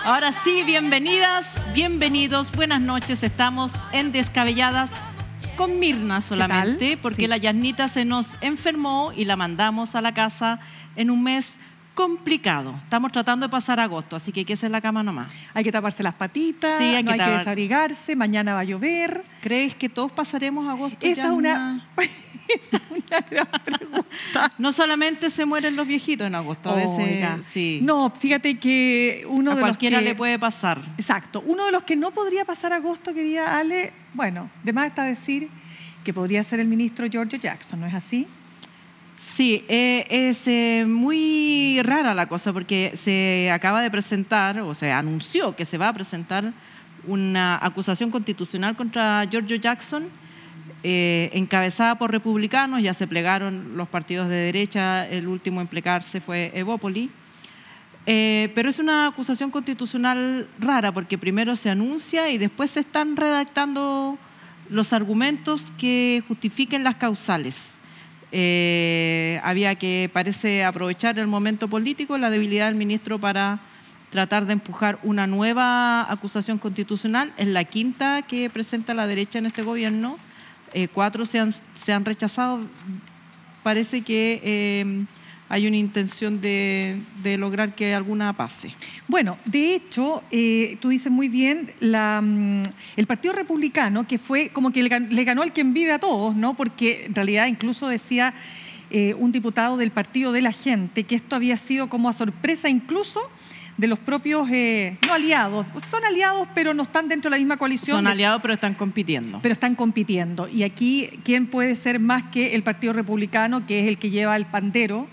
Ahora sí, bienvenidas, bienvenidos, buenas noches. Estamos en Descabelladas con Mirna solamente, porque la Yasnita se nos enfermó y la mandamos a la casa en un mes complicado. Estamos tratando de pasar agosto, así que hay que hacer la cama nomás. Hay que taparse las patitas, sí, no hay que desabrigarse, mañana va a llover. ¿Crees que todos pasaremos agosto? Esa es una gran pregunta. No solamente se mueren los viejitos en agosto, a veces sí. No, fíjate que uno de cualquiera los que le puede pasar. Exacto. Uno de los que no podría pasar agosto, querida Ale, bueno, de más está decir que podría ser el ministro Giorgio Jackson, ¿no es así? Sí, es muy rara la cosa porque se acaba de presentar, o se anunció que se va a presentar una acusación constitucional contra Giorgio Jackson, encabezada por republicanos. Ya se plegaron los partidos de derecha, el último en plegarse fue Evópoli. Pero es una acusación constitucional rara porque primero se anuncia y después se están redactando los argumentos que justifiquen las causales. Había que, parece, aprovechar el momento político, la debilidad del ministro para tratar de empujar una nueva acusación constitucional. Es la quinta que presenta la derecha en este gobierno. 4 se han rechazado. Parece que hay una intención de lograr que alguna pase. Bueno, de hecho, tú dices muy bien, el Partido Republicano, que fue como que le ganó al quien vive a todos, ¿no? Porque en realidad incluso decía un diputado del Partido de la Gente que esto había sido como a sorpresa incluso de los propios, no aliados, son aliados pero no están dentro de la misma coalición. Son aliados pero están compitiendo. Pero están compitiendo. Y aquí, ¿quién puede ser más que el Partido Republicano, que es el que lleva el pandero?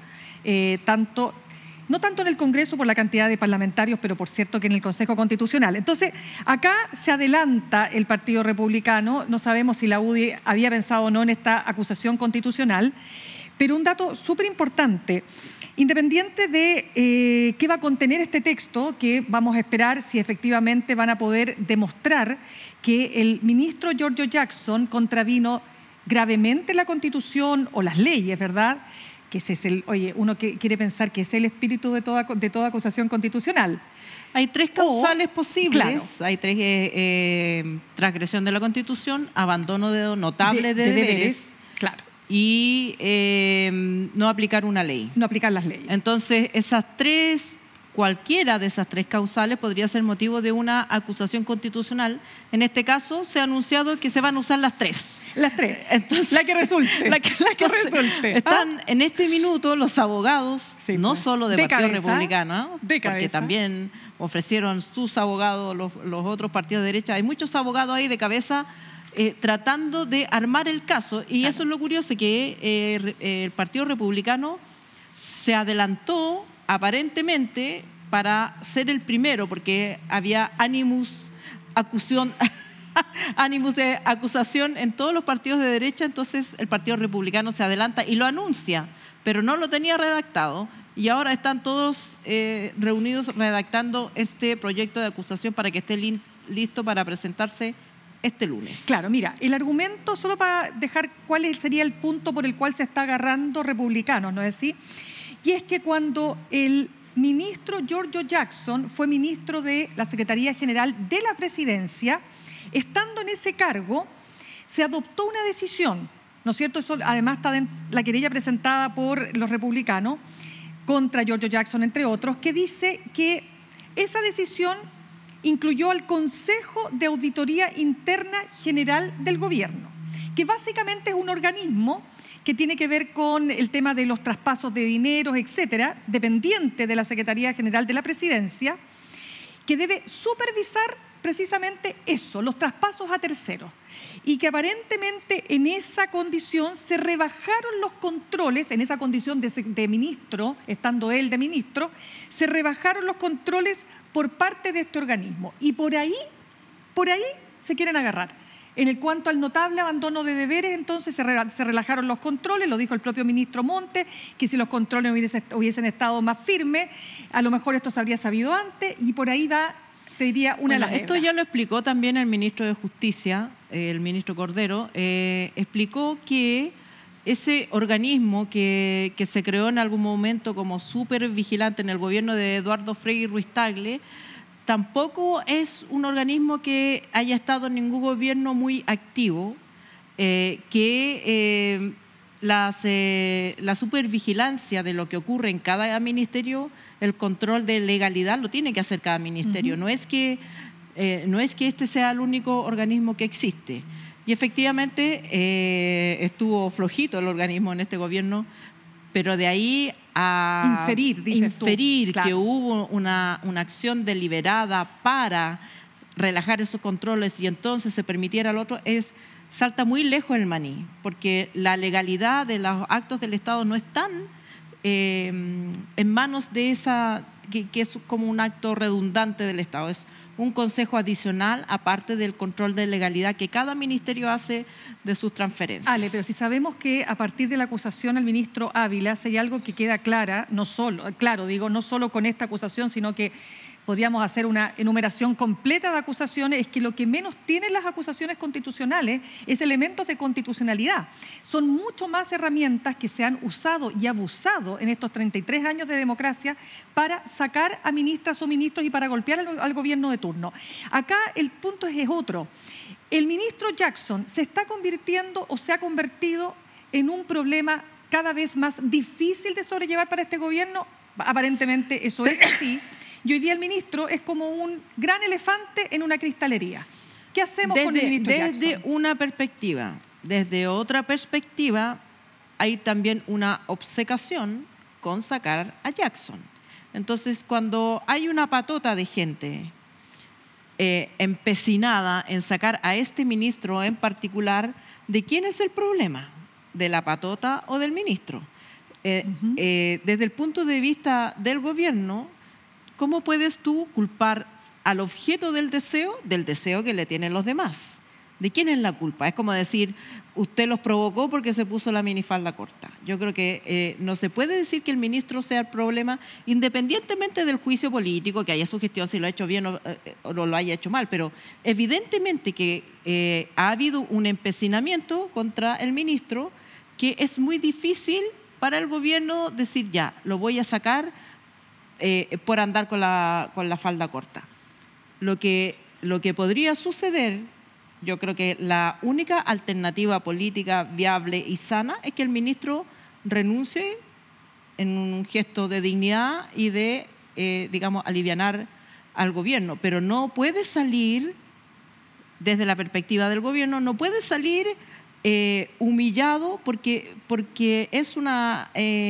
No tanto en el Congreso por la cantidad de parlamentarios, pero por cierto que en el Consejo Constitucional. Entonces, acá se adelanta el Partido Republicano. No sabemos si la UDI había pensado o no en esta acusación constitucional, pero un dato súper importante, independiente de qué va a contener este texto, que vamos a esperar si efectivamente van a poder demostrar que el ministro Giorgio Jackson contravino gravemente la Constitución o las leyes, ¿verdad? Que ese es uno que quiere pensar que es el espíritu de toda acusación constitucional. Hay 3 causales posibles. Claro. Hay 3: transgresión de la Constitución, abandono notable de deberes, claro, y no aplicar una ley. No aplicar las leyes. Entonces, cualquiera de esas 3 causales podría ser motivo de una acusación constitucional. En este caso, se ha anunciado que se van a usar las 3. Las 3. Entonces, la que resulte. La que resulte. Están en este minuto los abogados, sí, no solo del Partido Republicano, porque también ofrecieron sus abogados los otros partidos de derecha. Hay muchos abogados ahí de cabeza tratando de armar el caso. Y claro, eso es lo curioso, que el Partido Republicano se adelantó aparentemente para ser el primero, porque había ánimos de acusación en todos los partidos de derecha. Entonces el Partido Republicano se adelanta y lo anuncia, pero no lo tenía redactado, y ahora están todos reunidos redactando este proyecto de acusación para que esté listo para presentarse este lunes. Claro, mira, el argumento, solo para dejar cuál sería el punto por el cual se está agarrando republicanos, ¿no es así? Y es que cuando el ministro Giorgio Jackson fue ministro de la Secretaría General de la Presidencia, estando en ese cargo, se adoptó una decisión, ¿no es cierto? Eso además está en la querella presentada por los republicanos contra Giorgio Jackson, entre otros, que dice que esa decisión incluyó al Consejo de Auditoría Interna General del Gobierno, que básicamente es un organismo que tiene que ver con el tema de los traspasos de dineros, etcétera, dependiente de la Secretaría General de la Presidencia, que debe supervisar precisamente eso, los traspasos a terceros, y que aparentemente en esa condición se rebajaron los controles, en esa condición de ministro, estando él de ministro, se rebajaron los controles por parte de este organismo, y por ahí se quieren agarrar. En el cuanto al notable abandono de deberes, entonces se relajaron los controles, lo dijo el propio ministro Montes, que si los controles hubiesen estado más firmes, a lo mejor esto se habría sabido antes, y por ahí va, te diría, una de las reglas. Esto ya lo explicó también el ministro de Justicia, el ministro Cordero, explicó que ese organismo que se creó en algún momento como súper vigilante en el gobierno de Eduardo Frei Ruiz Tagle, tampoco es un organismo que haya estado en ningún gobierno muy activo, la supervigilancia de lo que ocurre en cada ministerio, el control de legalidad lo tiene que hacer cada ministerio. No es que este sea el único organismo que existe. Y efectivamente estuvo flojito el organismo en este gobierno, pero de ahí a inferir claro, que hubo una acción deliberada para relajar esos controles y entonces se permitiera al otro, salta muy lejos el maní, porque la legalidad de los actos del Estado no están en manos de esa, que es como un acto redundante del Estado, es un consejo adicional aparte del control de legalidad que cada ministerio hace de sus transferencias. Ale, pero si sabemos que a partir de la acusación al ministro Ávila, si hay algo que queda no solo con esta acusación, sino que podríamos hacer una enumeración completa de acusaciones, es que lo que menos tienen las acusaciones constitucionales es elementos de constitucionalidad. Son mucho más herramientas que se han usado y abusado en estos 33 años de democracia para sacar a ministras o ministros y para golpear al gobierno de turno. Acá el punto es otro. El ministro Jackson se está convirtiendo o se ha convertido en un problema cada vez más difícil de sobrellevar para este gobierno. Aparentemente eso es así. Y hoy día el ministro es como un gran elefante en una cristalería. ¿Qué hacemos con el ministro Jackson? Desde una perspectiva. Desde otra perspectiva, hay también una obcecación con sacar a Jackson. Entonces, cuando hay una patota de gente empecinada en sacar a este ministro en particular, ¿de quién es el problema? ¿De la patota o del ministro? Desde el punto de vista del gobierno, ¿cómo puedes tú culpar al objeto del deseo que le tienen los demás? ¿De quién es la culpa? Es como decir, usted los provocó porque se puso la minifalda corta. Yo creo que no se puede decir que el ministro sea el problema, independientemente del juicio político, que haya su gestión, si lo ha hecho bien o lo haya hecho mal, pero evidentemente que ha habido un empecinamiento contra el ministro que es muy difícil para el gobierno decir ya, lo voy a sacar por andar con la falda corta. Lo que podría suceder, yo creo que la única alternativa política viable y sana es que el ministro renuncie en un gesto de dignidad y de, alivianar al gobierno. Pero no puede salir, desde la perspectiva del gobierno, no puede salir humillado porque es una...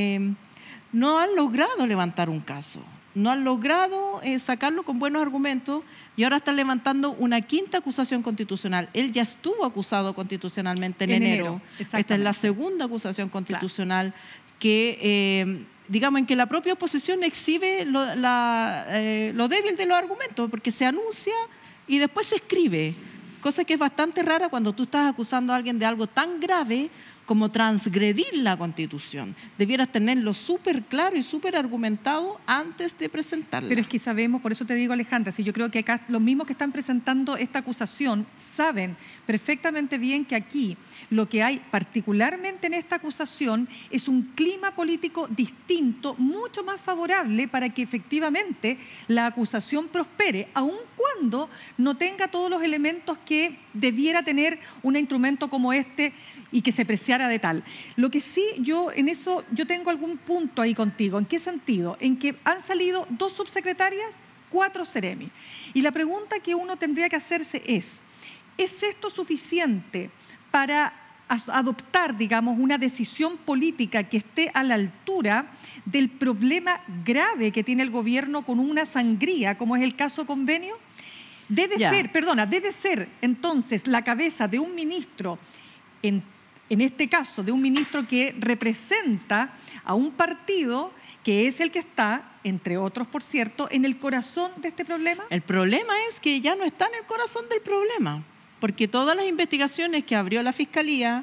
no han logrado levantar un caso, no han logrado sacarlo con buenos argumentos y ahora están levantando una quinta acusación constitucional. Él ya estuvo acusado constitucionalmente en enero. Esta es la segunda acusación constitucional, claro, que, en que la propia oposición exhibe lo débil de los argumentos, porque se anuncia y después se escribe, cosa que es bastante rara cuando tú estás acusando a alguien de algo tan grave como transgredir la Constitución. Debieras tenerlo súper claro y súper argumentado antes de presentarla. Pero es que sabemos, por eso te digo, Alejandra, si yo creo que acá los mismos que están presentando esta acusación saben perfectamente bien que aquí lo que hay particularmente en esta acusación es un clima político distinto, mucho más favorable para que efectivamente la acusación prospere, aun cuando no tenga todos los elementos que debiera tener un instrumento como este y que se preciara de tal. Lo que sí, yo tengo algún punto ahí contigo. ¿En qué sentido? En que han salido 2 subsecretarias, 4 Seremi. Y la pregunta que uno tendría que hacerse ¿es esto suficiente para adoptar, una decisión política que esté a la altura del problema grave que tiene el gobierno con una sangría, como es el caso Convenio? Debe ser entonces la cabeza de un ministro, en este caso de un ministro que representa a un partido que es el que está, entre otros por cierto, en el corazón de este problema. El problema es que ya no está en el corazón del problema, porque todas las investigaciones que abrió la Fiscalía,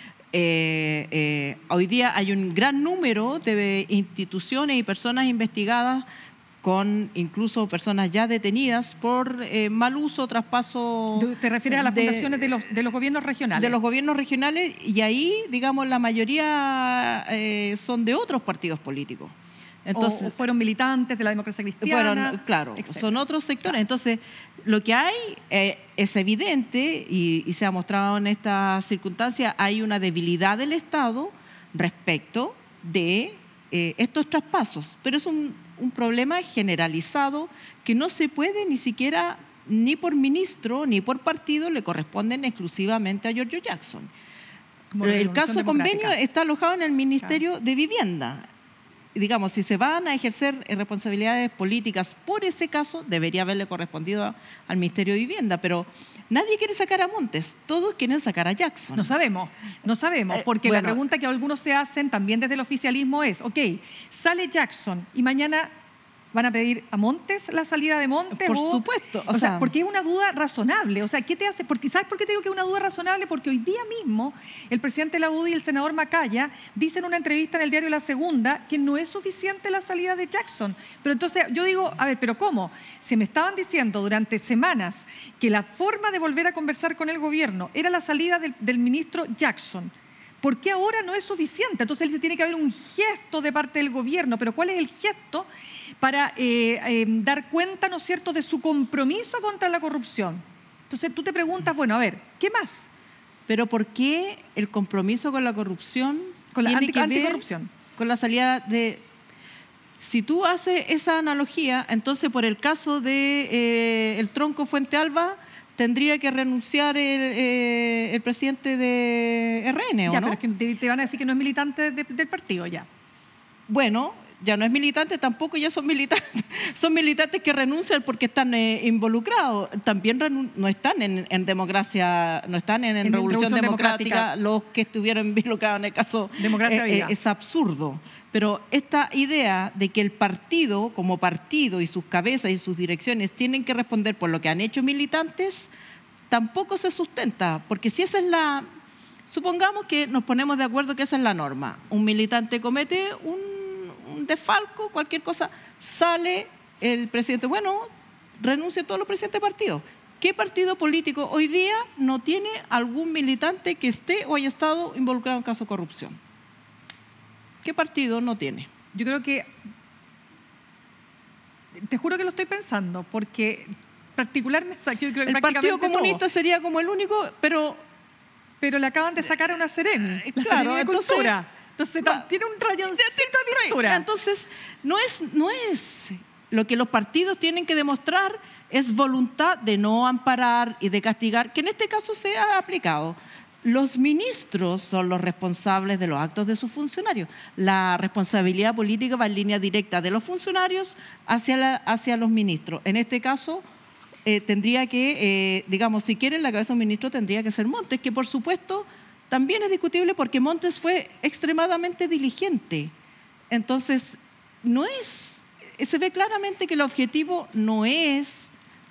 hoy día hay un gran número de instituciones y personas investigadas, con incluso personas ya detenidas por mal uso, traspaso... ¿Te refieres a las fundaciones de los gobiernos regionales? De los gobiernos regionales, y ahí, la mayoría son de otros partidos políticos. Entonces, o fueron militantes de la democracia cristiana. Claro, etcétera. son otros sectores. Entonces, lo que hay es evidente y se ha mostrado en esta circunstancia, hay una debilidad del Estado respecto de estos traspasos, pero es un problema generalizado que no se puede ni siquiera, ni por ministro, ni por partido, le corresponden exclusivamente a Giorgio Jackson. El caso convenio está alojado en el Ministerio de Vivienda. Digamos, si se van a ejercer responsabilidades políticas por ese caso, debería haberle correspondido al Ministerio de Vivienda, pero nadie quiere sacar a Montes, todos quieren sacar a Jackson. No sabemos, porque bueno, la pregunta que algunos se hacen también desde el oficialismo es, ok, sale Jackson y mañana van a pedir a Montes la salida de Montes. Por supuesto. O sea, porque es una duda razonable. O sea, ¿qué te hace? Porque, ¿sabes por qué te digo que es una duda razonable? Porque hoy día mismo el presidente de la UDI y el senador Macaya dicen en una entrevista en el diario La Segunda que no es suficiente la salida de Jackson. Pero entonces yo digo, a ver, ¿pero cómo? Se me estaban diciendo durante semanas que la forma de volver a conversar con el gobierno era la salida del ministro Jackson. ¿Por qué ahora no es suficiente? Entonces él tiene que haber un gesto de parte del gobierno, pero ¿cuál es el gesto para dar cuenta, ¿no es cierto?, de su compromiso contra la corrupción? Entonces tú te preguntas, bueno, a ver, ¿qué más? Pero ¿por qué el compromiso con la corrupción con la tiene que ver anticorrupción? Con la salida de... Si tú haces esa analogía, entonces por el caso de el tronco Fuente Alba, tendría que renunciar el presidente de RN, ¿o ya, no? Pero es que te van a decir que no es militante del partido ya. Bueno, ya no es militante, tampoco ya son militantes. Son militantes que renuncian porque están involucrados. También no están en democracia, no están en Revolución Democrática los que estuvieron involucrados en el caso. Democracia Viva. Es absurdo. Pero esta idea de que el partido, como partido, y sus cabezas y sus direcciones tienen que responder por lo que han hecho militantes, tampoco se sustenta. Porque si esa es la... Supongamos que nos ponemos de acuerdo que esa es la norma. Un militante comete un desfalco, cualquier cosa, sale el presidente. Bueno, renuncia a todos los presidentes de partido. ¿Qué partido político hoy día no tiene algún militante que esté o haya estado involucrado en caso de corrupción? ¿Qué partido no tiene? Yo creo que, te juro que lo estoy pensando, porque particularmente, o sea, yo creo que el Partido Comunista todo. sería como el único, pero le acaban de sacar a una Seremi, la claro, Seremi de Cultura. Entonces tiene un rayoncito de pintura. Entonces, no es lo que los partidos tienen que demostrar, es voluntad de no amparar y de castigar, que en este caso se ha aplicado. Los ministros son los responsables de los actos de sus funcionarios. La responsabilidad política va en línea directa de los funcionarios hacia los ministros. En este caso, tendría que, digamos, si quieren la cabeza de un ministro tendría que ser Montes, que por supuesto también es discutible porque Montes fue extremadamente diligente. Entonces, se ve claramente que el objetivo no es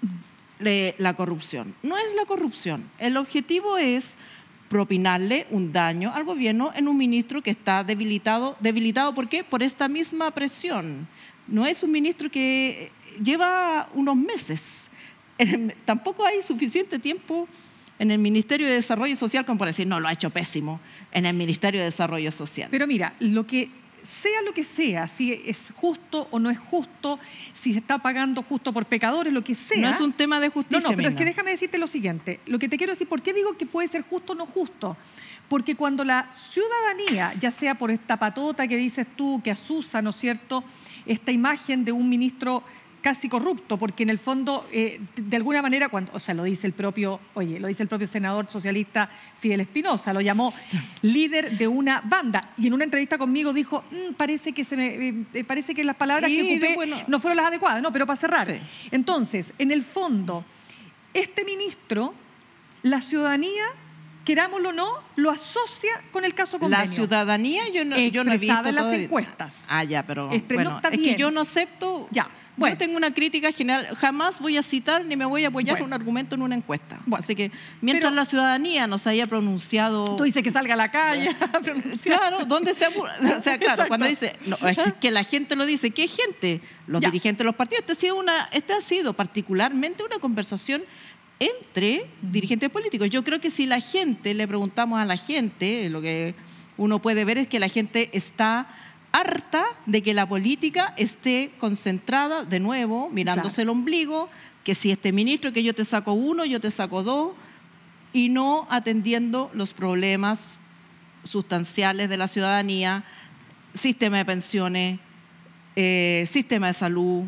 la corrupción. No es la corrupción. El objetivo es propinarle un daño al gobierno en un ministro que está debilitado. ¿Debilitado por qué? Por esta misma presión. No es un ministro que lleva unos meses. Tampoco hay suficiente tiempo en el Ministerio de Desarrollo Social como para decir, no, lo ha hecho pésimo en el Ministerio de Desarrollo Social. Pero mira, lo que sea, si es justo o no es justo, si se está pagando justo por pecadores, lo que sea. No es un tema de justicia. No, pero es que déjame decirte lo siguiente. Lo que te quiero decir, ¿por qué digo que puede ser justo o no justo? Porque cuando la ciudadanía, ya sea por esta patota que dices tú, que asusa, ¿no es cierto?, esta imagen de un ministro casi corrupto, porque en el fondo, de alguna manera, lo dice el propio senador socialista Fidel Espinosa, lo llamó líder de una banda, y en una entrevista conmigo dijo, parece que las palabras que ocupé no fueron las adecuadas, no, pero para cerrar. Sí. Entonces, en el fondo, este ministro, la ciudadanía, querámoslo o no, lo asocia con el caso convenio. La ciudadanía, yo no he visto en las encuestas. Pero bueno, es que yo no acepto... Ya. Bueno. Yo tengo una crítica general, jamás voy a citar ni me voy a apoyar un argumento en una encuesta. Así que mientras la ciudadanía nos haya pronunciado... Tú dices que salga a la calle a pronunciar. Claro, ¿dónde se... O sea, claro, cuando dice... No, es que la gente lo dice. ¿Qué gente? Los dirigentes de los partidos. Esta ha sido particularmente una conversación entre dirigentes políticos. Yo creo que si la gente, le preguntamos a la gente, lo que uno puede ver es que la gente está harta de que la política esté concentrada de nuevo, mirándose el ombligo, que si este ministro, que yo te saco uno, yo te saco dos, y no atendiendo los problemas sustanciales de la ciudadanía, sistema de pensiones, sistema de salud,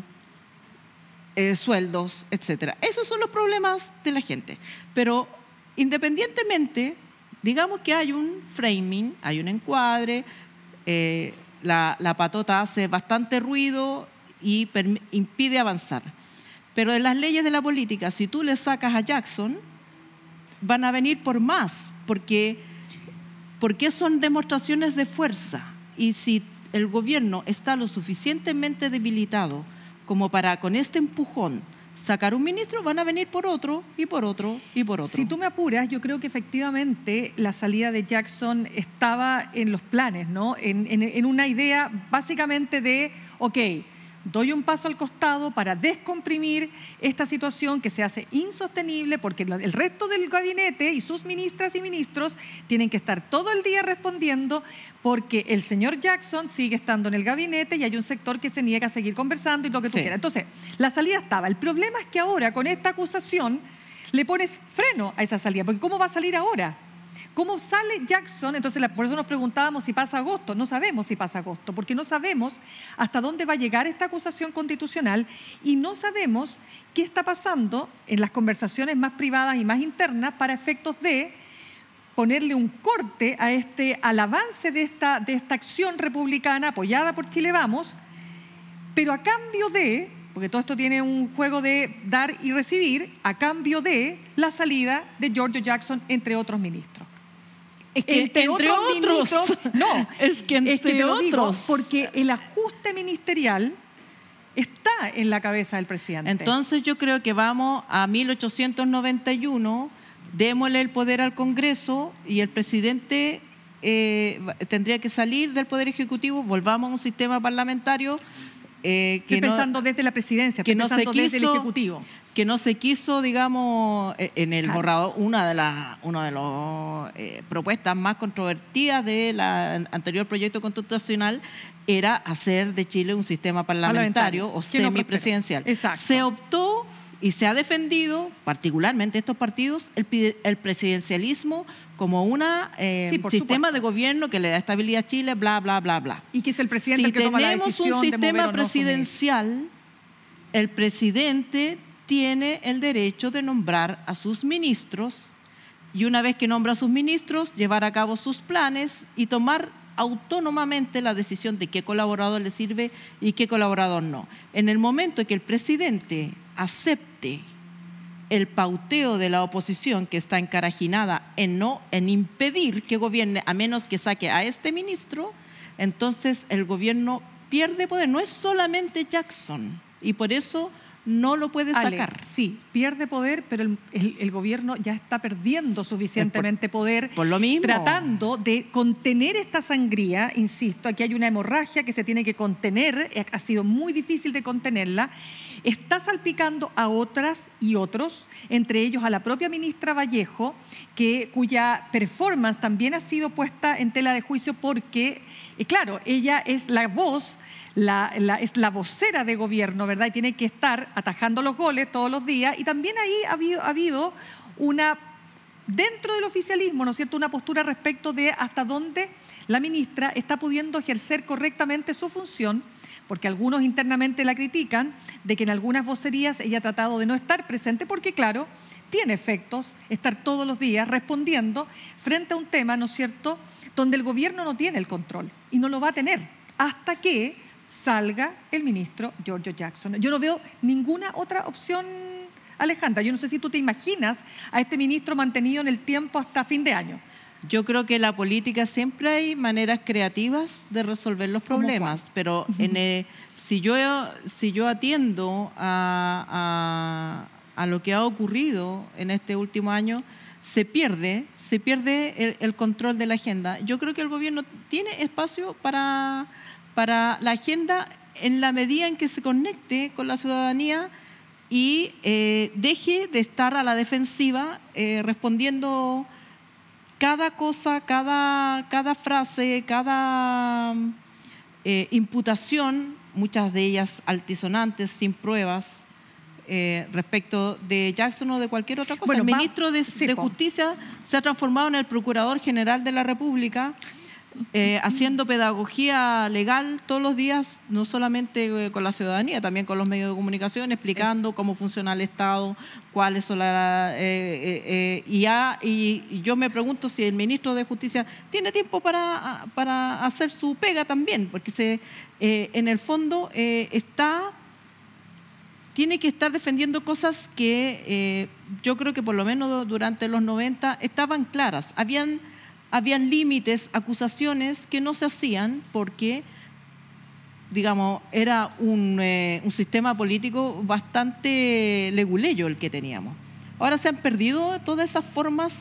sueldos, etc. Esos son los problemas de la gente. Pero independientemente, digamos que hay un framing, hay un encuadre, la patota hace bastante ruido y impide avanzar. Pero en las leyes de la política, si tú le sacas a Jackson, van a venir por más, porque son demostraciones de fuerza. Y si el gobierno está lo suficientemente debilitado como para, con este empujón, sacar un ministro, van a venir por otro y por otro y por otro. Si tú me apuras, yo creo que efectivamente la salida de Jackson estaba en los planes, ¿no? En una idea básicamente de, ok, doy un paso al costado para descomprimir esta situación que se hace insostenible porque el resto del gabinete y sus ministras y ministros tienen que estar todo el día respondiendo porque el señor Jackson sigue estando en el gabinete y hay un sector que se niega a seguir conversando y lo que tú quieras. Entonces, la salida estaba. El problema es que ahora con esta acusación le pones freno a esa salida, porque ¿cómo va a salir ahora? ¿Cómo sale Jackson? Entonces, por eso nos preguntábamos si pasa agosto. No sabemos si pasa agosto, porque no sabemos hasta dónde va a llegar esta acusación constitucional y no sabemos qué está pasando en las conversaciones más privadas y más internas para efectos de ponerle un corte al avance de esta acción republicana apoyada por Chile Vamos, pero a cambio de, porque todo esto tiene un juego de dar y recibir, a cambio de la salida de Giorgio Jackson, entre otros ministros. Es que entre otros, no, es que entre lo otros, digo porque el ajuste ministerial está en la cabeza del presidente. Entonces yo creo que vamos a 1891, démosle el poder al Congreso y el presidente tendría que salir del Poder Ejecutivo, volvamos a un sistema parlamentario. Estoy pensando desde la presidencia, que no se quiso, desde el Ejecutivo. Que no se quiso, digamos, en el borrador, una de las propuestas más controvertidas del anterior proyecto constitucional era hacer de Chile un sistema parlamentario o semipresidencial. Exacto. Se optó y se ha defendido, particularmente estos partidos, el presidencialismo como un sistema de gobierno que le da estabilidad a Chile, bla, bla, bla, bla. Y que es el presidente el que toma la decisión de mover o no. Si tenemos un sistema presidencial, el presidente tiene el derecho de nombrar a sus ministros y una vez que nombra a sus ministros, llevar a cabo sus planes y tomar autónomamente la decisión de qué colaborador le sirve y qué colaborador no. En el momento en que el presidente acepte el pauteo de la oposición que está encarajinada en impedir que gobierne a menos que saque a este ministro, entonces el gobierno pierde poder. No es solamente Jackson y por eso no lo puede sacar. Sí, pierde poder, pero el gobierno ya está perdiendo suficientemente poder. Por lo mismo. Tratando de contener esta sangría, insisto, aquí hay una hemorragia que se tiene que contener, ha sido muy difícil de contenerla, está salpicando a otras y otros, entre ellos a la propia ministra Vallejo, cuya performance también ha sido puesta en tela de juicio porque, claro, ella es la voz, es la vocera de gobierno, ¿verdad? Y tiene que estar atajando los goles todos los días. Y también ahí ha habido dentro del oficialismo, ¿no es cierto?, una postura respecto de hasta dónde la ministra está pudiendo ejercer correctamente su función, porque algunos internamente la critican de que en algunas vocerías ella ha tratado de no estar presente, porque claro, tiene efectos estar todos los días respondiendo frente a un tema, ¿no es cierto?, donde el gobierno no tiene el control y no lo va a tener hasta que salga el ministro Giorgio Jackson. Yo no veo ninguna otra opción, Alejandra. Yo no sé si tú te imaginas a este ministro mantenido en el tiempo hasta fin de año. Yo creo que en la política siempre hay maneras creativas de resolver los problemas, pero si yo atiendo a lo que ha ocurrido en este último año, se pierde el control de la agenda. Yo creo que el gobierno tiene espacio para la agenda en la medida en que se conecte con la ciudadanía y deje de estar a la defensiva respondiendo cada cosa, cada frase, cada imputación, muchas de ellas altisonantes, sin pruebas, respecto de Jackson o de cualquier otra cosa. Bueno, el ministro de Justicia se ha transformado en el Procurador General de la República, haciendo pedagogía legal todos los días, no solamente con la ciudadanía, también con los medios de comunicación, explicando cómo funciona el Estado, cuáles son y yo me pregunto si el ministro de Justicia tiene tiempo para hacer su pega también, porque en el fondo tiene que estar defendiendo cosas que yo creo que por lo menos durante los 90 estaban claras. Habían límites, acusaciones que no se hacían porque, digamos, era un sistema político bastante leguleyo el que teníamos. Ahora se han perdido todas esas formas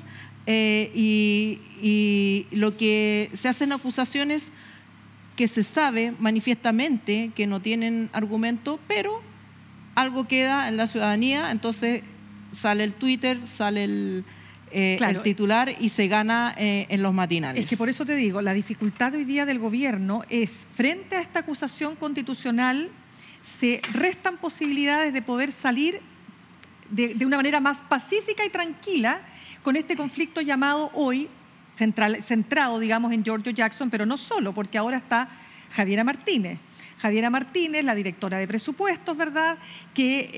y lo que se hacen acusaciones que se sabe manifiestamente que no tienen argumento, pero algo queda en la ciudadanía, entonces sale el Twitter, sale el titular y se gana en los matinales. Es que por eso te digo, la dificultad hoy día del gobierno es, frente a esta acusación constitucional, se restan posibilidades de poder salir de una manera más pacífica y tranquila con este conflicto llamado hoy, centrado, digamos, en Giorgio Jackson, pero no solo, porque ahora está Javiera Martínez. Javiera Martínez, la directora de presupuestos, ¿verdad?, que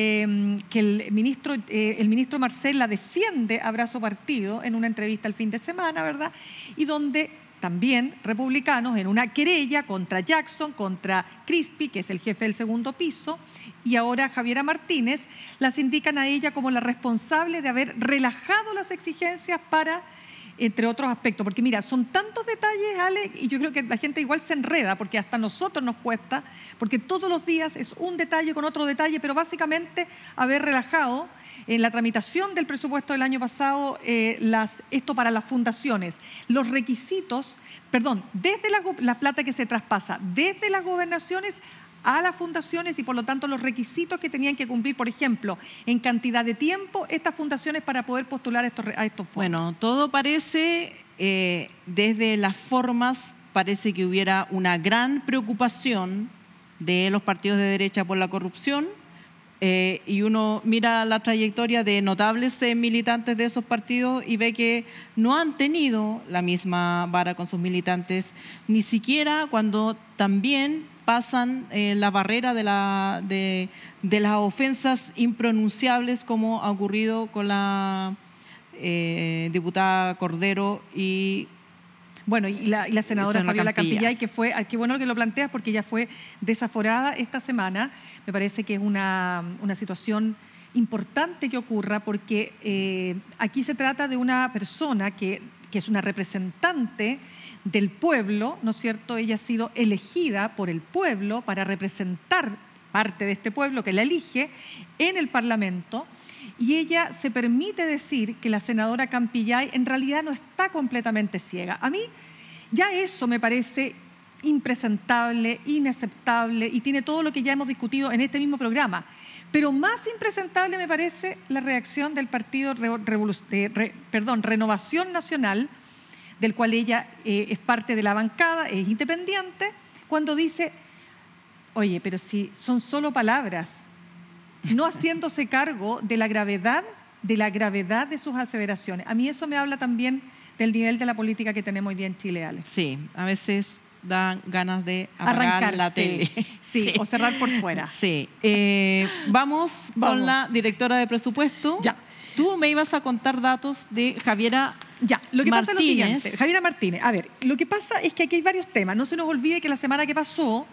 el ministro Marcel la defiende a brazo partido en una entrevista el fin de semana, ¿verdad?, y donde también republicanos en una querella contra Jackson, contra Crispi, que es el jefe del segundo piso, y ahora Javiera Martínez, las indican a ella como la responsable de haber relajado las exigencias para, entre otros aspectos, porque mira, son tantos detalles, Ale, y yo creo que la gente igual se enreda, porque hasta a nosotros nos cuesta, porque todos los días es un detalle con otro detalle, pero básicamente haber relajado en la tramitación del presupuesto del año pasado esto para las fundaciones, los requisitos, desde la plata que se traspasa, desde las gobernaciones a las fundaciones y por lo tanto los requisitos que tenían que cumplir, por ejemplo, en cantidad de tiempo estas fundaciones para poder postular a estos fondos. Bueno, todo parece, desde las formas, parece que hubiera una gran preocupación de los partidos de derecha por la corrupción y uno mira la trayectoria de notables militantes de esos partidos y ve que no han tenido la misma vara con sus militantes, ni siquiera cuando también pasan la barrera de las ofensas impronunciables, como ha ocurrido con la diputada Cordero y... Bueno, y la senadora Fabiola Campillay, que fue, qué bueno que lo planteas, porque ella fue desaforada esta semana. Me parece que es una situación importante que ocurra, porque aquí se trata de una persona que es una representante del pueblo, ¿no es cierto? Ella ha sido elegida por el pueblo para representar parte de este pueblo que la elige en el Parlamento, y ella se permite decir que la senadora Campillay en realidad no está completamente ciega. A mí ya eso me parece impresentable, inaceptable, y tiene todo lo que ya hemos discutido en este mismo programa. Pero más impresentable me parece la reacción del Partido Renovación Nacional, del cual ella es parte de la bancada, es independiente, cuando dice, oye, pero si son solo palabras, no haciéndose cargo de la gravedad de sus aseveraciones. A mí eso me habla también del nivel de la política que tenemos hoy día en Chile, Ale. Sí, a veces dan ganas de apagar la tele. Sí, o cerrar por fuera. Sí. Vamos con la directora de presupuesto. Ya. Tú me ibas a contar datos de Javiera Ya, lo que Martínez. pasa es lo siguiente. Javiera Martínez, a ver, lo que pasa es que aquí hay varios temas. No se nos olvide que la semana que pasó,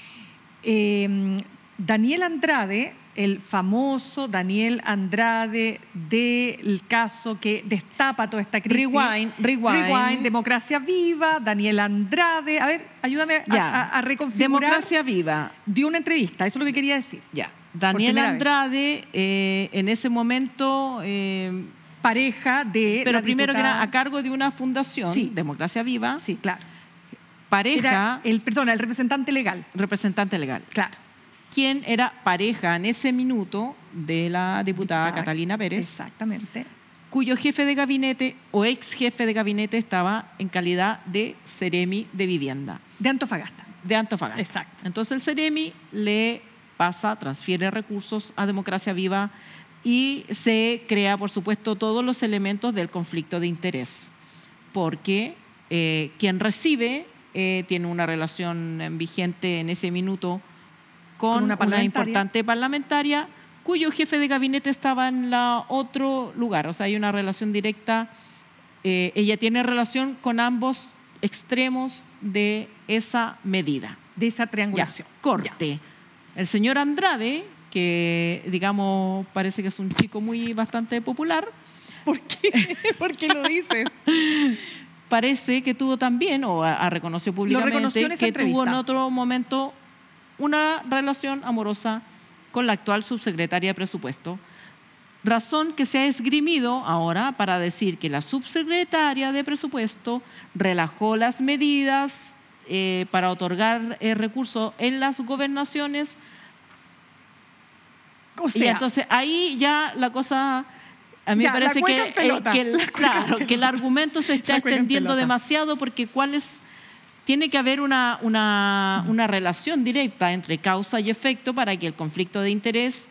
Daniel Andrade, el famoso Daniel Andrade del caso que destapa toda esta crisis. Rewind. Democracia Viva, Daniel Andrade. A ver, ayúdame a reconfigurar. Democracia Viva. Dio una entrevista, eso es lo que quería decir. Ya. Daniel Andrade, en ese momento... pareja de Pero la primero diputada... que era a cargo de una fundación, sí. Democracia Viva. Sí, claro. Pareja... Era el representante legal. Representante legal. Claro. Quien era pareja en ese minuto de la diputada Catalina Pérez. Exactamente. Cuyo jefe de gabinete o ex jefe de gabinete estaba en calidad de Seremi de Vivienda. De Antofagasta. de Antofagasta. Exacto. Entonces el Ceremi transfiere recursos a Democracia Viva y se crea, por supuesto, todos los elementos del conflicto de interés, porque quien recibe tiene una relación vigente en ese minuto con una importante parlamentaria cuyo jefe de gabinete estaba en otro lugar. O sea, hay una relación directa. Ella tiene relación con ambos extremos de esa medida. De esa triangulación. Ya, corte. Ya. El señor Andrade, que digamos parece que es un chico bastante popular. ¿Por qué? ¿Por qué lo dice? Parece que tuvo también, o reconoció públicamente, que tuvo en otro momento una relación amorosa con la actual subsecretaria de Presupuesto. Razón que se ha esgrimido ahora para decir que la subsecretaria de Presupuesto relajó las medidas para otorgar recursos en las gobernaciones. O sea, y entonces ahí ya la cosa... A mí me parece que el argumento se está extendiendo demasiado, porque tiene que haber una relación directa entre causa y efecto para que el conflicto de interés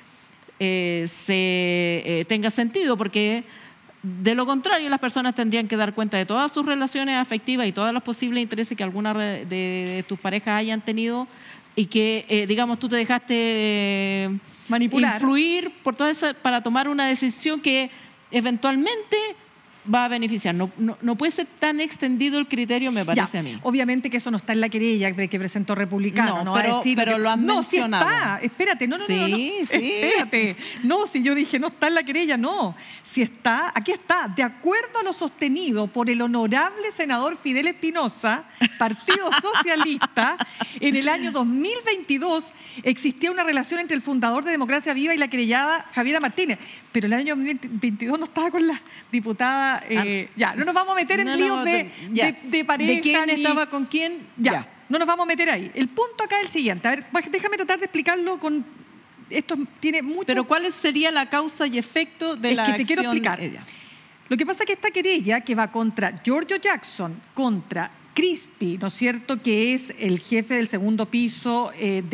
tenga sentido, porque de lo contrario las personas tendrían que dar cuenta de todas sus relaciones afectivas y todos los posibles intereses que alguna de tus parejas hayan tenido y que, digamos, tú te dejaste manipular, influir por todo eso para tomar una decisión que eventualmente va a beneficiar. No puede ser tan extendido el criterio, me parece a mí. Obviamente que eso no está en la querella que presentó Republicano. No, pero lo han mencionado. No, sí está. Espérate, no. Sí. Espérate. No, si yo dije no está en la querella, no. Si está, aquí está. De acuerdo a lo sostenido por el honorable senador Fidel Espinosa, Partido Socialista, en el año 2022 existía una relación entre el fundador de Democracia Viva y la querellada Javiera Martínez. Pero el año 2022 no estaba con la diputada. Ya, no nos vamos a meter en líos de pareja. ¿De quién estaba con quién? Ya, no nos vamos a meter ahí. El punto acá es el siguiente. A ver, déjame tratar de explicarlo con... Esto tiene mucho... Pero ¿cuál sería la causa y efecto de la acción? Es que te quiero explicar. Lo que pasa es que esta querella que va contra Giorgio Jackson, contra Crispi, ¿no es cierto?, que es el jefe del segundo piso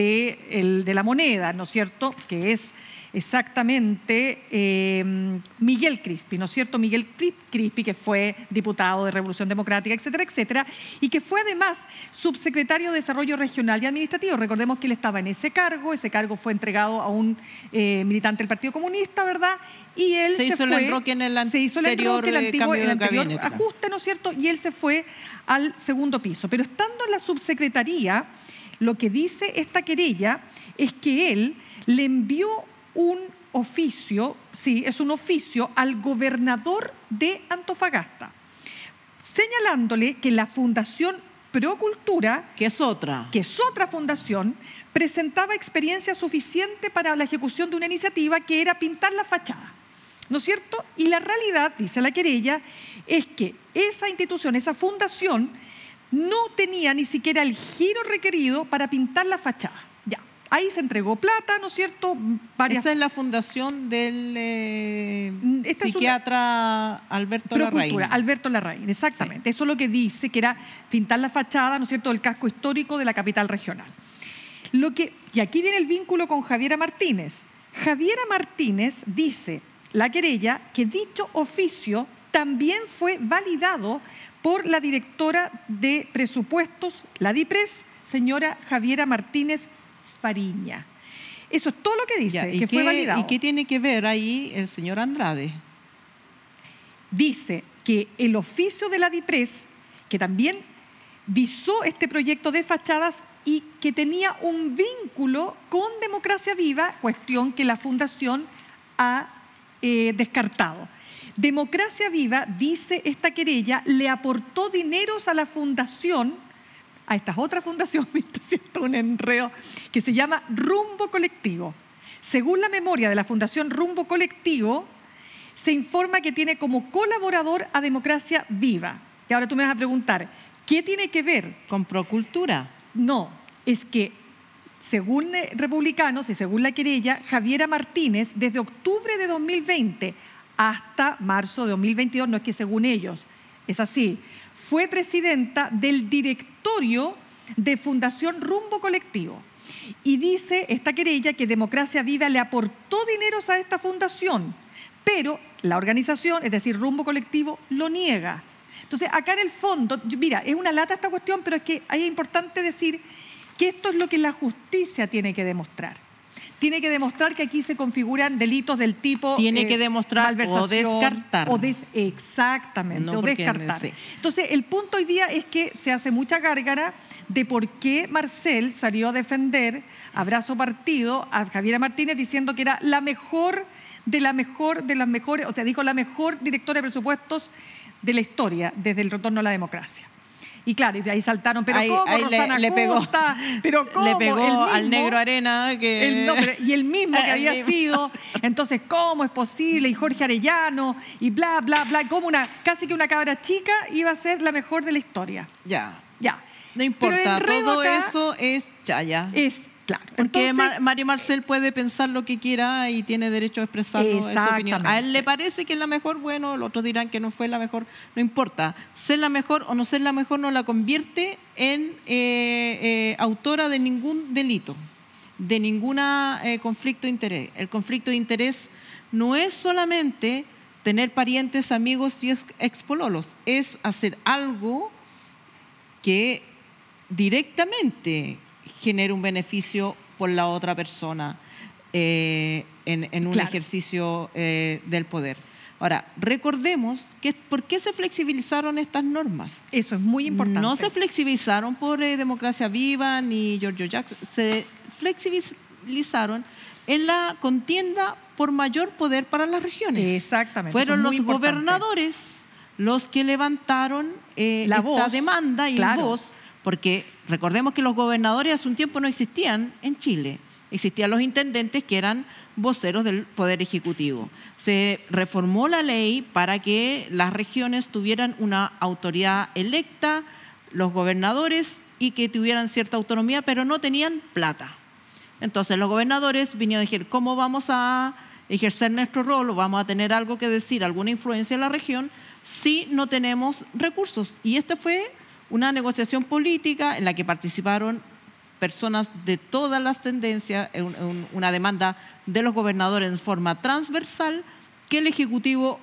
de La Moneda, ¿no es cierto?, que es exactamente Miguel Crispi, ¿no es cierto? Miguel Crispi, que fue diputado de Revolución Democrática, etcétera, etcétera, y que fue además subsecretario de Desarrollo Regional y Administrativo. Recordemos que él estaba en ese cargo fue entregado a un militante del Partido Comunista, ¿verdad? Y él se hizo el enroque en el anterior ajuste, ¿no es cierto? Y él se fue al segundo piso. Pero estando en la subsecretaría, lo que dice esta querella es que él le envió un oficio, sí, es un oficio al gobernador de Antofagasta, señalándole que la Fundación Procultura, que es otra fundación, presentaba experiencia suficiente para la ejecución de una iniciativa que era pintar la fachada, ¿no es cierto? Y la realidad, dice la querella, es que esa institución, esa fundación, no tenía ni siquiera el giro requerido para pintar la fachada. Ahí se entregó plata, ¿no es cierto? Esa es la fundación del psiquiatra Alberto Larraín. Alberto Larraín, exactamente. Sí. Eso es lo que dice, que era pintar la fachada, ¿no es cierto?, del casco histórico de la capital regional. Y aquí viene el vínculo con Javiera Martínez. Javiera Martínez dice, la querella, que dicho oficio también fue validado por la directora de presupuestos, la DIPRES, señora Javiera Martínez Fariña. Eso es todo lo que dice, que fue validado. ¿Y qué tiene que ver ahí el señor Andrade? Dice que el oficio de la DIPRES, que también visó este proyecto de fachadas y que tenía un vínculo con Democracia Viva, cuestión que la Fundación ha descartado. Democracia Viva, dice esta querella, le aportó dineros a la Fundación, a esta otra fundación, un enredo, que se llama Rumbo Colectivo. Según la memoria de la Fundación Rumbo Colectivo, se informa que tiene como colaborador a Democracia Viva. Y ahora tú me vas a preguntar, ¿qué tiene que ver? ¿Con Procultura? No, es que según Republicanos y según la querella, Javiera Martínez, desde octubre de 2020 hasta marzo de 2022, no es que según ellos, es así, fue presidenta del directorio de Fundación Rumbo Colectivo. Y dice esta querella que Democracia Viva le aportó dineros a esta fundación, pero la organización, es decir, Rumbo Colectivo, lo niega. Entonces, acá en el fondo, mira, es una lata esta cuestión, pero es que es importante decir que esto es lo que la justicia tiene que demostrar. Tiene que demostrar que aquí se configuran delitos del tipo... Tiene que demostrar o descartar. Exactamente, no o descartar. Sí. Entonces, el punto hoy día es que se hace mucha gárgara de por qué Marcel salió a defender a brazo partido a Javiera Martínez diciendo que era la mejor de las mejores, o sea, dijo la mejor directora de presupuestos de la historia desde el retorno a la democracia. Y claro, y de ahí saltaron, pero ¿cómo Rosana Costa? ¿Pero cómo? Le pegó al negro Arena. Y el mismo que había sido. Entonces, ¿cómo es posible? Y Jorge Arellano, y bla, bla, bla. Como casi que una cabra chica iba a ser la mejor de la historia. Ya. Ya. No importa, todo eso es chaya. Claro. Porque Entonces, Mario Marcel puede pensar lo que quiera y tiene derecho a expresarlo, su opinión. A él le parece que es la mejor, bueno, los otros dirán que no fue la mejor, no importa. Ser la mejor o no ser la mejor no la convierte en autora de ningún delito, de ningún conflicto de interés. El conflicto de interés no es solamente tener parientes, amigos y expololos, es hacer algo que directamente genera un beneficio por la otra persona en un ejercicio del poder. Ahora, recordemos por qué se flexibilizaron estas normas. Eso es muy importante. No se flexibilizaron por Democracia Viva ni Giorgio Jackson, se flexibilizaron en la contienda por mayor poder para las regiones. Exactamente. Fueron los gobernadores los que levantaron esta demanda y voz. Porque recordemos que los gobernadores hace un tiempo no existían en Chile. Existían los intendentes que eran voceros del Poder Ejecutivo. Se reformó la ley para que las regiones tuvieran una autoridad electa, los gobernadores, y que tuvieran cierta autonomía, pero no tenían plata. Entonces los gobernadores vinieron a decir, ¿cómo vamos a ejercer nuestro rol o vamos a tener algo que decir, alguna influencia en la región si no tenemos recursos? Y esta fue una negociación política en la que participaron personas de todas las tendencias, una demanda de los gobernadores en forma transversal que el Ejecutivo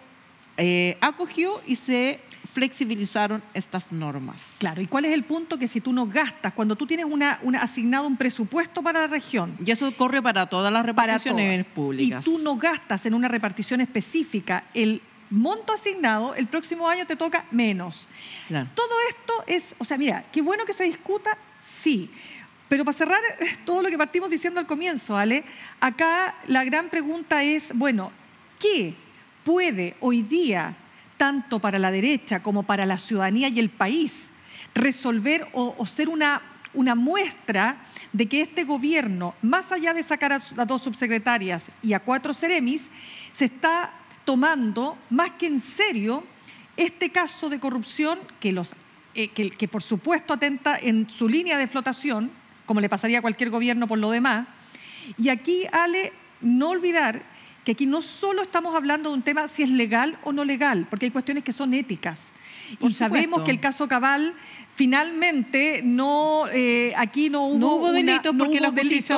acogió y se flexibilizaron estas normas. Claro, ¿y cuál es el punto? Que si tú no gastas, cuando tú tienes asignado un presupuesto para la región... Y eso corre para todas las reparticiones públicas. Y tú no gastas en una repartición específica el monto asignado, el próximo año te toca menos. Claro. Todo esto es, o sea, mira, qué bueno que se discuta, sí. Pero para cerrar todo lo que partimos diciendo al comienzo, Ale, acá la gran pregunta es, bueno, ¿qué puede hoy día, tanto para la derecha como para la ciudadanía y el país, resolver o ser una muestra de que este gobierno, más allá de sacar a las 2 subsecretarias y a 4 seremis, se está tomando más que en serio este caso de corrupción que por supuesto atenta en su línea de flotación, como le pasaría a cualquier gobierno por lo demás. Y aquí, Ale, no olvidar que aquí no solo estamos hablando de un tema si es legal o no legal, porque hay cuestiones que son éticas. Y sabemos que el caso Cabal finalmente aquí no hubo delito porque la justicia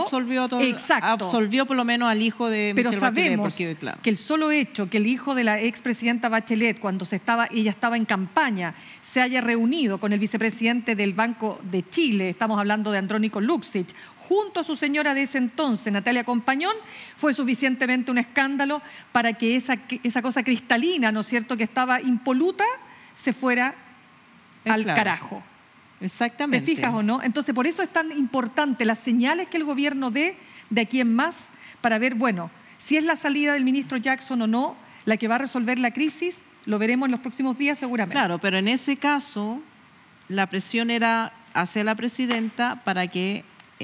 absolvió por lo menos al hijo de Pero Michelle sabemos Bachelet. Claro, que el solo hecho que el hijo de la expresidenta Bachelet, cuando ella estaba en campaña, se haya reunido con el vicepresidente del Banco de Chile, estamos hablando de Andrónico Luksic, junto a su señora de ese entonces, Natalia Compañón, fue suficientemente un escándalo para que esa cosa cristalina, ¿no es cierto?, que estaba impoluta, se fuera al carajo. Exactamente. ¿Te fijas o no? Entonces, por eso es tan importante las señales que el gobierno dé de aquí en más para ver, bueno, si es la salida del ministro Jackson o no la que va a resolver la crisis, lo veremos en los próximos días seguramente. Claro, pero en ese caso la presión era hacia la presidenta para que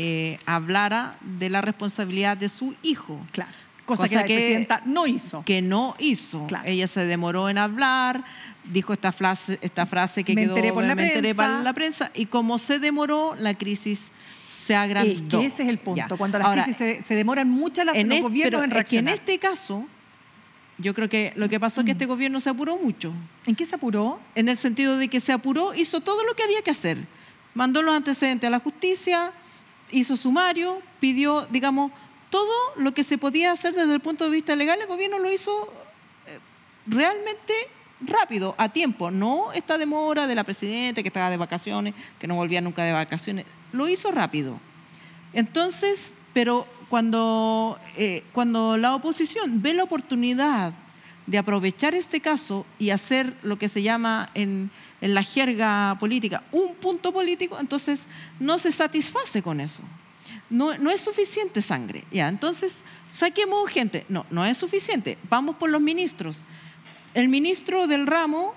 hablara de la responsabilidad de su hijo. Claro. Cosa que la presidenta no hizo. Que no hizo. Claro. Ella se demoró en hablar, dijo esta frase que me quedó... enteré por la prensa. Y como se demoró, la crisis se agrandó. Es que ese es el punto. Ya. Cuando las crisis se demoran mucho los gobiernos en reaccionar. En este caso, yo creo que lo que pasó es que este gobierno se apuró mucho. ¿En qué se apuró? En el sentido de que se apuró, hizo todo lo que había que hacer. mandó los antecedentes a la justicia, hizo sumario, pidió, digamos, todo lo que se podía hacer desde el punto de vista legal. El gobierno lo hizo realmente rápido, a tiempo. No esta demora de la presidenta que estaba de vacaciones, que no volvía nunca de vacaciones. Lo hizo rápido. Entonces, pero cuando la oposición ve la oportunidad de aprovechar este caso y hacer lo que se llama en la jerga política un punto político, entonces no se satisface con eso. No es suficiente sangre. Ya, entonces, saquemos gente. No es suficiente. Vamos por los ministros. El ministro del ramo,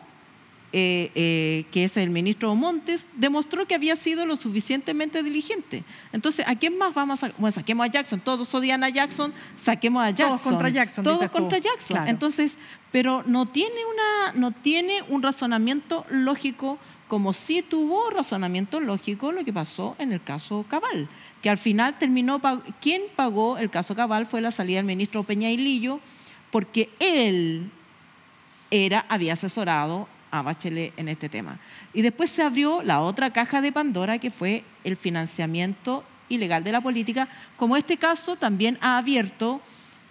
que es el ministro Montes, demostró que había sido lo suficientemente diligente. Entonces, ¿a quién más vamos a...? Bueno, saquemos a Jackson. Todos odian a Jackson, saquemos a Jackson. Todos contra Jackson. Todos contra Jackson. Claro. Entonces, pero no tiene un razonamiento lógico, como sí tuvo razonamiento lógico lo que pasó en el caso Cabal, que al final quien pagó el caso Cabal fue la salida del ministro Peñailillo, porque él había asesorado a Bachelet en este tema. Y después se abrió la otra caja de Pandora, que fue el financiamiento ilegal de la política, como este caso también ha abierto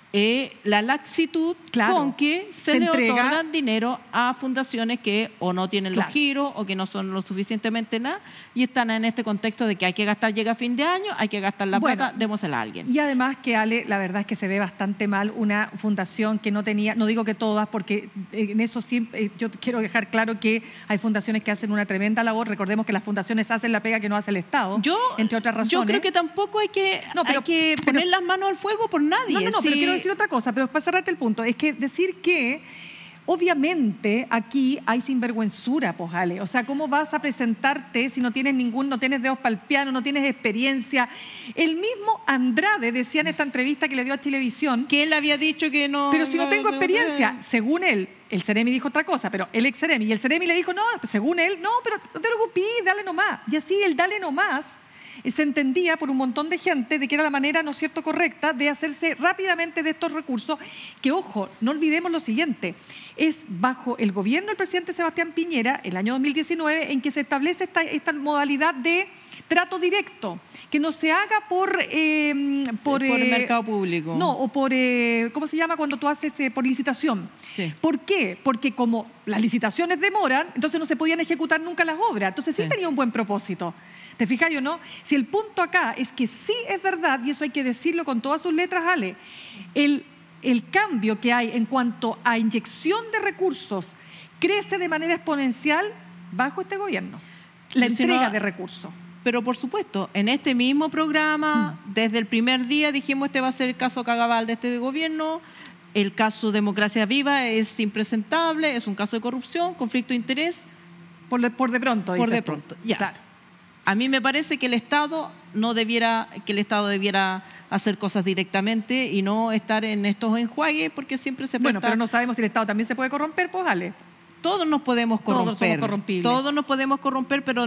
la laxitud con que se le otorgan dinero a fundaciones que o no tienen los giros o que no son lo suficientemente nada y están en este contexto de que hay que gastar, llega fin de año, hay que gastar la plata, démosela a alguien. Y además que, Ale, la verdad es que se ve bastante mal una fundación que no tenía, no digo que todas, porque en eso sí, yo quiero dejar claro que hay fundaciones que hacen una tremenda labor. Recordemos que las fundaciones hacen la pega que no hace el Estado, entre otras razones. Yo creo que tampoco hay que poner las manos al fuego por nadie. No, pero quiero decir otra cosa, pero para cerrarte el punto, es que decir que obviamente aquí hay sinvergüenzura, pues, Ale. O sea, ¿cómo vas a presentarte si no tienes dedos para el piano, no tienes experiencia? El mismo Andrade decía en esta entrevista que le dio a Chilevisión que él había dicho que no... Pero si no tengo experiencia, según él, el Ceremi dijo otra cosa, pero el ex Ceremi, y el Ceremi le dijo, no, según él, no, pero no te preocupes, dale nomás. Y así el dale nomás se entendía por un montón de gente de que era la manera, ¿no es cierto?, correcta de hacerse rápidamente de estos recursos, que, ojo, no olvidemos lo siguiente, es bajo el gobierno del presidente Sebastián Piñera, el año 2019, en que se establece esta modalidad de trato directo, que no se haga por el mercado público. No, o por, ¿cómo se llama cuando tú haces por licitación? Sí. ¿Por qué? Porque como las licitaciones demoran, entonces no se podían ejecutar nunca las obras. Entonces sí tenía un buen propósito. ¿Te fijas o no? Si el punto acá es que sí es verdad, y eso hay que decirlo con todas sus letras, Ale, el cambio que hay en cuanto a inyección de recursos crece de manera exponencial bajo este gobierno. La entrega de recursos. Pero por supuesto, en este mismo programa, desde el primer día dijimos este va a ser el caso Cabal de este gobierno, el caso Democracia Viva es impresentable, es un caso de corrupción, conflicto de interés. Por de pronto. Por de pronto, ya. Claro. A mí me parece que el Estado debiera hacer cosas directamente y no estar en estos enjuagues porque siempre se presta... Bueno, pero no sabemos si el Estado también se puede corromper, pues dale. Todos nos podemos corromper. Todos somos corrompibles. Todos nos podemos corromper, pero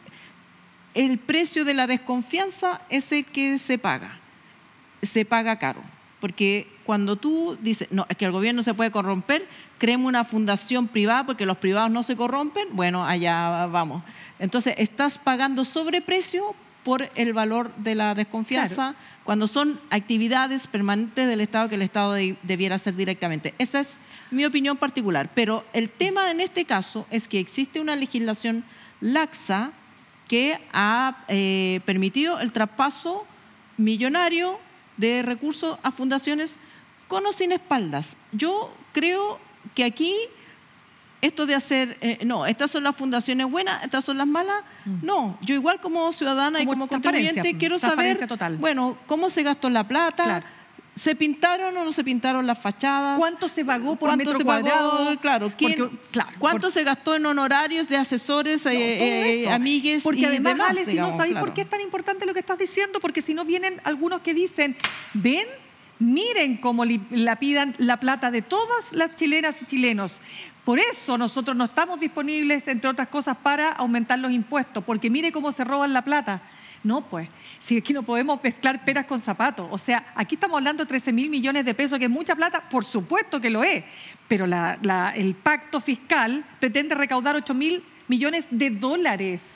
el precio de la desconfianza es el que se paga. Se paga caro. Porque cuando tú dices, no, es que el gobierno se puede corromper, creemos una fundación privada porque los privados no se corrompen, bueno, allá vamos. Entonces, estás pagando sobreprecio por el valor de la desconfianza cuando son actividades permanentes del Estado que el Estado debiera hacer directamente. Esa es mi opinión particular. Pero el tema en este caso es que existe una legislación laxa que ha permitido el traspaso millonario de recursos a fundaciones con o sin espaldas. Yo creo que aquí esto de hacer, no, estas son las fundaciones buenas, estas son las malas, no. Yo igual como ciudadana y como contribuyente quiero saber, total. Bueno, cómo se gastó la plata, ¿se pintaron o no se pintaron las fachadas? ¿Cuánto se pagó por metro cuadrado? ¿Cuánto se gastó en honorarios de asesores, amigues porque y además, demás? Ale, si no sabéis por qué es tan importante lo que estás diciendo, porque si no vienen algunos que dicen, ven, miren cómo lapidan la plata de todas las chilenas y chilenos. Por eso nosotros no estamos disponibles, entre otras cosas, para aumentar los impuestos, porque mire cómo se roban la plata. No, pues, si aquí no podemos mezclar peras con zapatos. O sea, aquí estamos hablando de 13.000 millones de pesos, que es mucha plata, por supuesto que lo es, pero el pacto fiscal pretende recaudar 8.000 millones de dólares.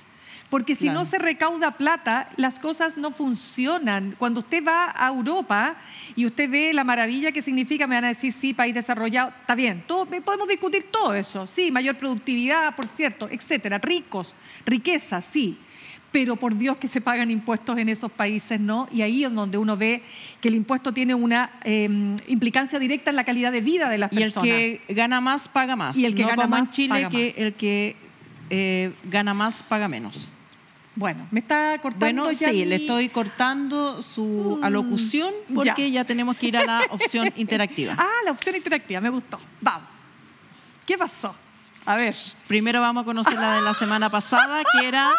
porque si Claro. no se recauda plata, las cosas no funcionan. Cuando usted va a Europa y usted ve la maravilla que significa, me van a decir, sí, país desarrollado, está bien, podemos discutir todo eso, sí, mayor productividad, por cierto, etcétera, ricos, riqueza, sí. Pero por Dios que se pagan impuestos en esos países, ¿no? Y ahí es donde uno ve que el impuesto tiene una implicancia directa en la calidad de vida de las personas. Y el que gana más, paga más. Y el que no gana como más, en Chile, paga que más. el que gana más, paga menos. Bueno, me está cortando Bueno, ya sí, le mi- estoy cortando su alocución porque ya tenemos que ir a la opción interactiva. Ah, la opción interactiva, me gustó. Vamos. ¿Qué pasó? A ver. Primero vamos a conocer la de la semana pasada, que era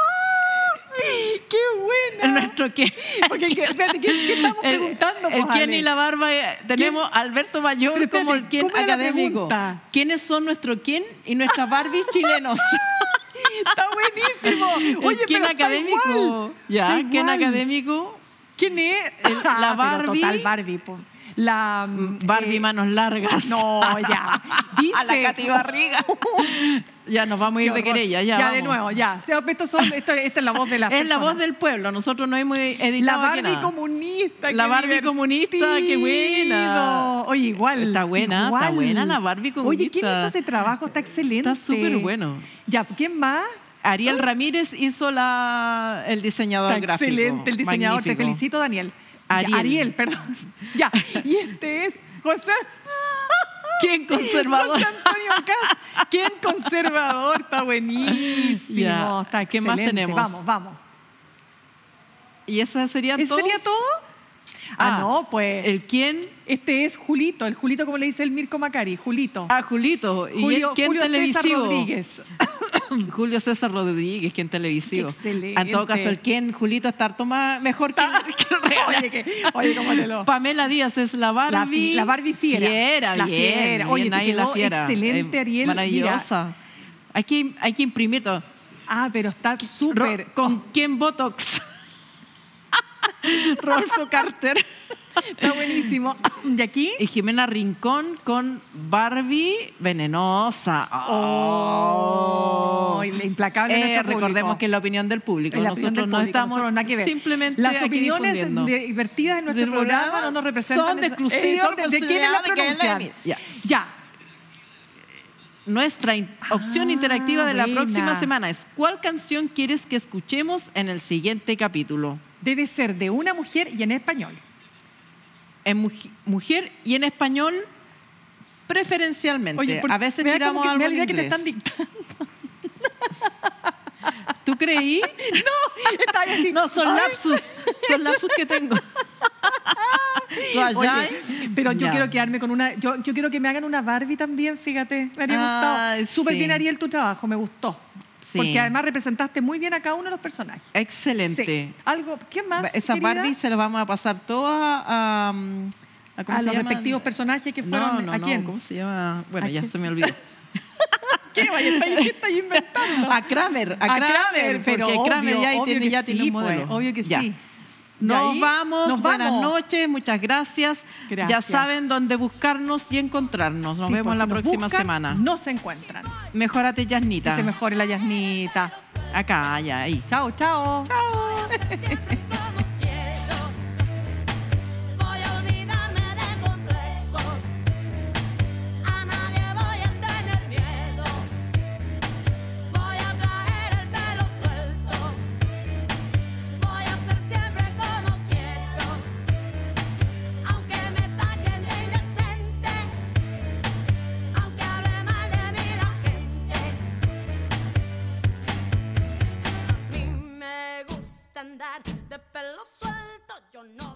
¡Qué buena! nuestro quién. Porque, espérate, ¿qué estamos preguntando? El pues, quién Ale? y la barba. Tenemos a Alberto Mayor Pero espérate, como el quién ¿cómo era la académico. pregunta? ¿Quiénes son nuestro quién y nuestras Barbies chilenos? Está buenísimo. Oye, ¿El quién pero está académico? igual. Ya, Está ¿quién igual. académico? ¿Quién es? La Pero Barbie. total Barbie, po. La Barbie manos largas. No, ya. Dice, A la Katy Barriga. Ya nos vamos a ir Qué de horror. querella. Ya, de vamos. nuevo, ya. Esta es la voz de la Es la voz del pueblo. Nosotros no hemos La editado aquí Barbie nada. comunista. La qué Barbie comunista, qué buena. divertido. Oye, igual. Está buena la Barbie comunista. Oye, ¿quién hizo ese trabajo? Está excelente. Está súper bueno. Ya, ¿quién más? Ariel Ramírez hizo el diseñador Está gráfico. excelente el diseñador. Te Magnífico. felicito, Daniel. Ariel. Ya, Ariel, perdón. Ya. Y este es José. ¿Quién conservador? José Antonio Cast. ¿Quién conservador? Está buenísimo. Ya. Está ¿Qué excelente. más tenemos? Vamos. ¿Y eso sería ¿Eso todo? sería todo? No, pues. ¿El quién? Este es Julito. El Julito, como le dice el Mirko Macari. Julito. Julito. ¿Y Julio, quién Julio César televisivo? Rodríguez. Julio César Rodríguez, ¿quién televisivo? Excelente. En todo caso, el quién, Julito, está harto mejor que el real. Oye, cómo te lo... Pamela Díaz es la Barbie. La Barbie fiera. La La bien, fiera. bien Oye, te ahí la quedó fiera. excelente, Ariel. Maravillosa. Hay que imprimir todo. Pero está súper... ¿Con quién Botox? Rolfo Carter. Está buenísimo. ¿Y aquí? Y Jimena Rincón con Barbie venenosa. Implacable nuestro público. Recordemos que es la opinión del público. Es la opinión Nosotros del no público, estamos nosotros nada que ver. simplemente Las aquí opiniones difundiendo. vertidas en nuestro Del programa no nos representan. son de exclusiva ¿De quiénes la responsabilidad de que es la pronuncian? Ya. Ya. Nuestra opción interactiva de la buena. próxima semana es: ¿cuál canción quieres que escuchemos en el siguiente capítulo? Debe ser de una mujer y en español. En mujer y en español, preferencialmente. Oye, a veces me da tiramos como que algo me da en la idea que te inglés. están dictando. ¿Tú creí? Está ahí así. No, son Ay. lapsus que tengo. ¿Tú allá? Oye, pero yo Ya. quiero quedarme con una... Yo quiero que me hagan una Barbie también, fíjate. Me habría gustado. Ay, Súper sí. bien, Ariel, tu trabajo. Me gustó. Sí. Porque además representaste muy bien a cada uno de los personajes. Excelente. Sí. Algo, ¿qué más, Esa querida? Barbie se la vamos a pasar toda a ¿cómo A se los llaman? respectivos personajes que fueron... No, ¿A quién? ¿cómo se llama? Bueno, ¿A ya quién? se me olvidó. ¿Qué? ¿Qué estáis inventando? A Kramer, pero porque Kramer obvio ya que tiene sí, un modelo. pues, obvio que Ya. sí. Nos ahí vamos, nos buenas vamos. noches, muchas gracias. Ya Gracias. saben dónde buscarnos y encontrarnos. Nos Sí, vemos pues, la si nos próxima buscan, semana. No se encuentran. Mejórate, Que Yasnita. se mejore la Yasnita. Acá, allá, ahí. Chao, chao. Siempre como quiero. Voy a olvidarme de complejos. A nadie voy a tener miedo. Voy a traer el pelo suelto. Voy a ser siempre como quiero. Aunque me tachen de indecente. Aunque hable mal de mí la gente. A mí me gusta andar de pelo suelto, yo no